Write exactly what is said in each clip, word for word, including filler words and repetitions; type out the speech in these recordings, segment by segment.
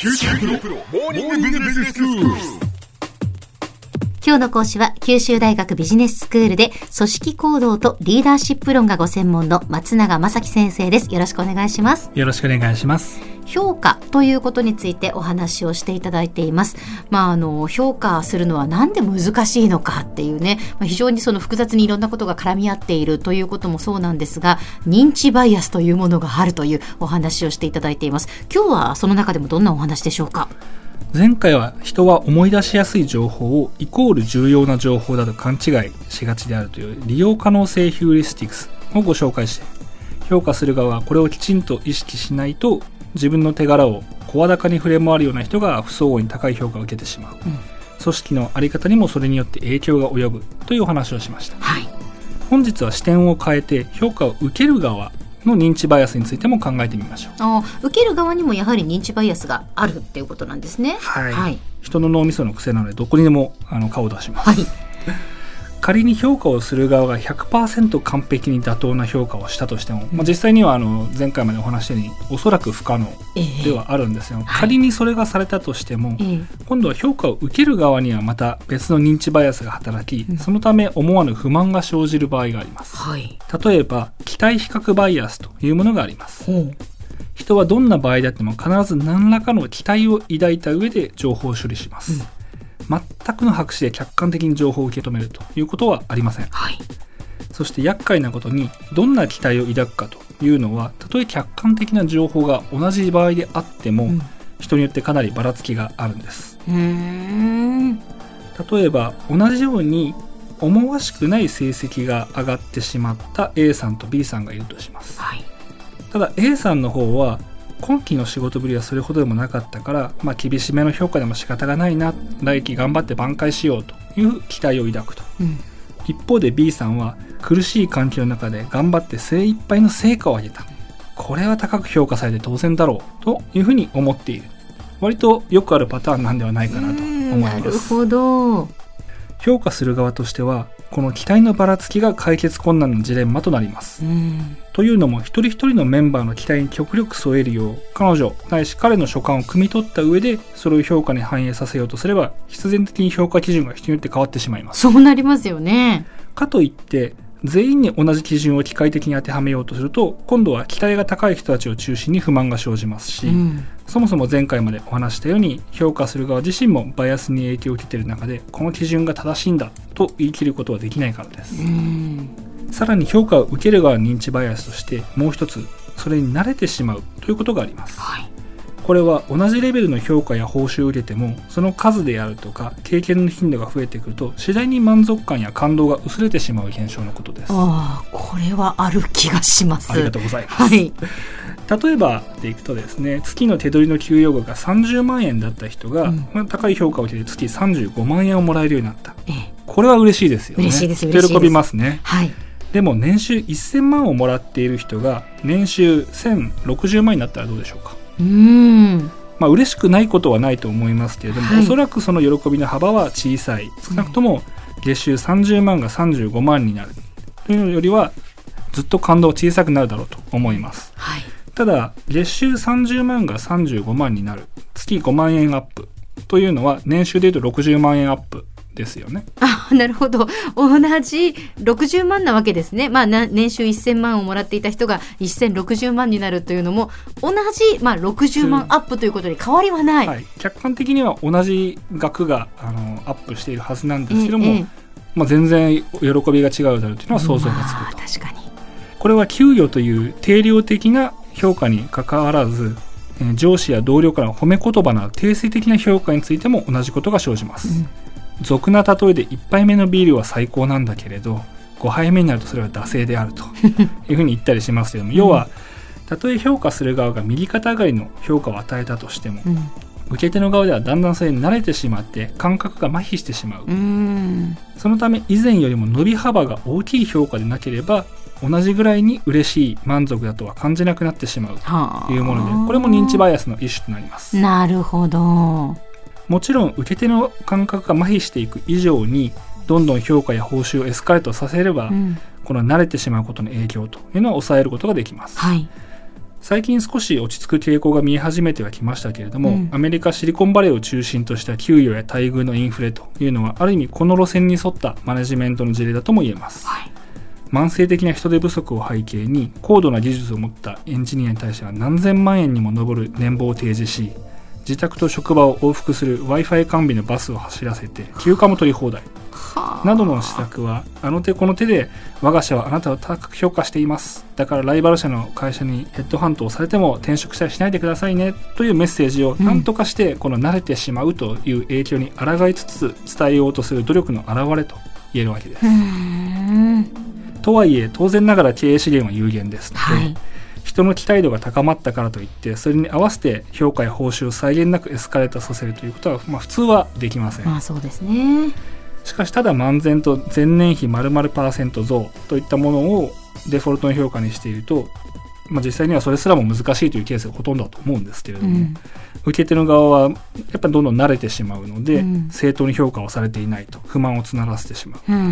九州大学モーニングビジネススクール。 今日の講師は九州大学ビジネススクールで組織行動とリーダーシップ論がご専門の松永正樹先生です。よろしくお願いします。 よろしくお願いします。 評価ということについてお話をしていただいています。まあ、あの評価するのはなんで難しいのかっていうね、まあ、非常にその複雑にいろんなことが絡み合っているということもそうなんですが、認知バイアスというものがあるというお話をしていただいています。今日はその中でもどんなお話でしょうか。 前回は人は思い出しやすい情報をイコール重要な情報だと勘違いしがちであるという利用可能性ヒューリスティクスをご紹介して、評価する側はこれをきちんと意識しないと自分の手柄を声高に触れ回るような人が不相応に高い評価を受けてしまう、うん、組織の在り方にもそれによって影響が及ぶというお話をしました、 はい、 本日は視点を変えて評価を受ける側の認知バイアスについても考えてみましょう。 あ、受ける側にもやはり認知バイアスがあるっていうことなんですね。 はい、 はい、 人の脳みその癖なのでどこにでもあの顔を出します、はい、仮に評価をする側が ひゃくパーセント 完璧に妥当な評価をしたとしても、うんまあ、実際にはあの前回までお話したようにおそらく不可能ではあるんですよ、えー、仮にそれがされたとしても、はい、今度は評価を受ける側にはまた別の認知バイアスが働き、うん、そのため思わぬ不満が生じる場合があります、はい、例えば期待比較バイアスというものがあります、うん、人はどんな場合であっても必ず何らかの期待を抱いた上で情報を処理します、うん全くの白紙で客観的に情報を受け止めるということはありません、はい、そして厄介なことにどんな期待を抱くかというのはたとえ客観的な情報が同じ場合であっても、うん、人によってかなりばらつきがあるんです。うーん例えば同じように思わしくない成績が上がってしまった A さんと B さんがいるとします、はい、ただ A さんの方は今期の仕事ぶりはそれほどでもなかったから、まあ、厳しめの評価でも仕方がないな、来期頑張って挽回しようという期待を抱くと、うん、一方で B さんは苦しい環境の中で頑張って精一杯の成果を上げた、これは高く評価されて当然だろうというふうに思っている、割とよくあるパターンなんではないかなと思います。 なるほど。 評価する側としてはこの期待のばらつきが解決困難のジレンマとなります。うんというのも一人一人のメンバーの期待に極力添えるよう彼女ないし彼の所感を汲み取った上でそれを評価に反映させようとすれば必然的に評価基準が人によって変わってしまいます。 そうなりますよね。 かといって全員に同じ基準を機械的に当てはめようとすると今度は期待が高い人たちを中心に不満が生じますし、うん、そもそも前回までお話したように評価する側自身もバイアスに影響を受けている中でこの基準が正しいんだと言い切ることはできないからです。うんさらに評価を受ける側の認知バイアスとしてもう一つそれに慣れてしまうということがあります、はい、これは同じレベルの評価や報酬を受けてもその数であるとか経験の頻度が増えてくると次第に満足感や感動が薄れてしまう現象のことです。 ああ、これはある気がします。 ありがとうございます、はい、例えばでいくとですね月の手取りの給与額がさんじゅうまんえんだった人が、うんまあ、高い評価を受けて月さんじゅうごまんえんをもらえるようになった、ええ、これは嬉しいですよね。 嬉しいです嬉しいです喜びますね、 はいでも年収せんまんをもらっている人が年収せんろくじゅうまんになったらどうでしょうか。うーん、まあ、嬉しくないことはないと思いますけれども、はい、おそらくその喜びの幅は小さい。少なくとも月収さんじゅうまんがさんじゅうごまんになるというのよりはずっと感動小さくなるだろうと思います、はい、ただ月収さんじゅうまんがさんじゅうごまんになる月ごまんえんアップというのは年収でいうとろくじゅうまんえんアップですよね。 あ、なるほど。同じろくじゅうまんなわけですね。まあ、な年収せんまんをもらっていた人がせんろくじゅうまんになるというのも同じ、まあ、ろくじゅうまんアップということに変わりはない、はい、 客観的には同じ額があのアップしているはずなんですけども、ええまあ、全然喜びが違うだろうというのは想像がつくと、 まあ、確かにこれは給与という定量的な評価にかかわらず上司や同僚からの褒め言葉など定性的な評価についても同じことが生じます、うん俗な例えでいっぱいめのビールは最高なんだけれどごはいめになるとそれは惰性であるというふうに言ったりしますけども、うん、要はたとえ評価する側が右肩上がりの評価を与えたとしても、うん、受け手の側ではだんだんそれに慣れてしまって感覚が麻痺してしまう、うん、そのため以前よりも伸び幅が大きい評価でなければ同じぐらいに嬉しい満足だとは感じなくなってしまうというものでこれも認知バイアスの一種となります。 なるほど。 もちろん受け手の感覚が麻痺していく以上にどんどん評価や報酬をエスカレートさせれば、うん、この慣れてしまうことの影響というのは抑えることができます、はい、 最近少し落ち着く傾向が見え始めてはきましたけれども、うん、アメリカシリコンバレーを中心とした給与や待遇のインフレというのはある意味この路線に沿ったマネジメントの事例だとも言えます、はい、慢性的な人手不足を背景に高度な技術を持ったエンジニアに対しては何千万円にも上る年俸を提示し、自宅と職場を往復する Wi-Fi 完備のバスを走らせて休暇も取り放題などの施策はあの手この手で我が社はあなたを高く評価しています、だからライバル社の会社にヘッドハントをされても転職したりしないでくださいねというメッセージを何とかしてこの慣れてしまうという影響に抗いつつ伝えようとする努力の表れと言えるわけです。とはいえ当然ながら経営資源は有限ですので、はい、人の期待度が高まったからといってそれに合わせて評価や報酬を際限なくエスカレートさせるということは、まあ、普通はできません。 まあそうですね。 しかしただ漫然と前年比〇〇パーセント増といったものをデフォルトの評価にしていると、まあ、実際にはそれすらも難しいというケースがほとんどだと思うんですけれども、うん、受け手の側はやっぱりどんどん慣れてしまうので、うん、正当に評価をされていないと不満を募らせてしまう、うん、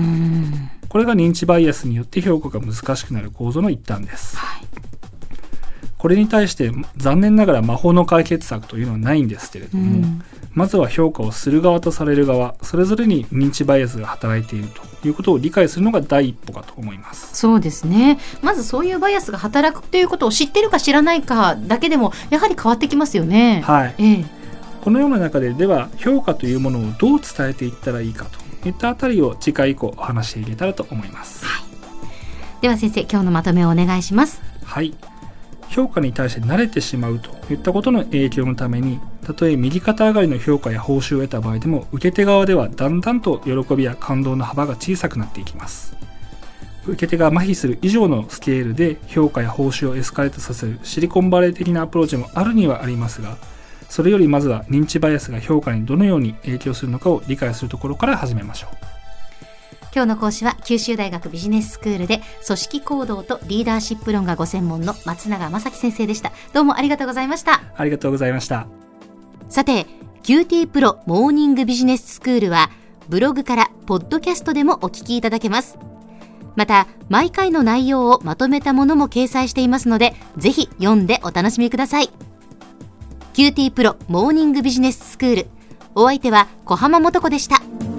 これが認知バイアスによって評価が難しくなる構造の一端です、はい、これに対して残念ながら魔法の解決策というのはないんですけれども、うん、まずは評価をする側とされる側それぞれに認知バイアスが働いているということを理解するのが第一歩かと思います。 そうですね。まずそういうバイアスが働くということを知っているか知らないかだけでもやはり変わってきますよね。 はい、 ええ、 このような中ででは評価というものをどう伝えていったらいいかといったあたりを次回以降お話していけたらと思います、はい、 では先生今日のまとめをお願いします。 はい、評価に対して慣れてしまうといったことの影響のためにたとえ右肩上がりの評価や報酬を得た場合でも受け手側ではだんだんと喜びや感動の幅が小さくなっていきます。受け手が麻痺する以上のスケールで評価や報酬をエスカレートさせるシリコンバレー的なアプローチもあるにはありますが、それよりまずは認知バイアスが評価にどのように影響するのかを理解するところから始めましょう。 今日の講師は九州大学ビジネススクールで組織行動とリーダーシップ論がご専門の松永正樹先生でした。どうもありがとうございました。 ありがとうございました。 さて キューティー プロモーニングビジネススクールはブログからポッドキャストでもお聞きいただけます。また毎回の内容をまとめたものも掲載していますのでぜひ読んでお楽しみください。 キューティー プロモーニングビジネススクール、お相手は小浜もとこでした。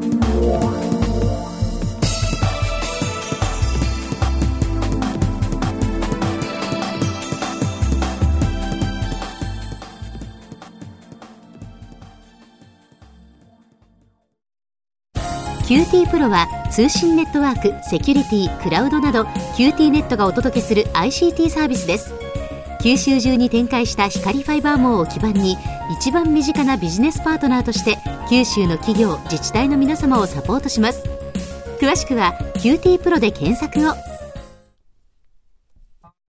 キューティー プロは通信ネットワーク、セキュリティ、クラウドなど キューティー ネットがお届けする アイシーティー サービスです。九州中に展開した光ファイバー網を基盤に一番身近なビジネスパートナーとして九州の企業、自治体の皆様をサポートします。詳しくは キューティー プロで検索を。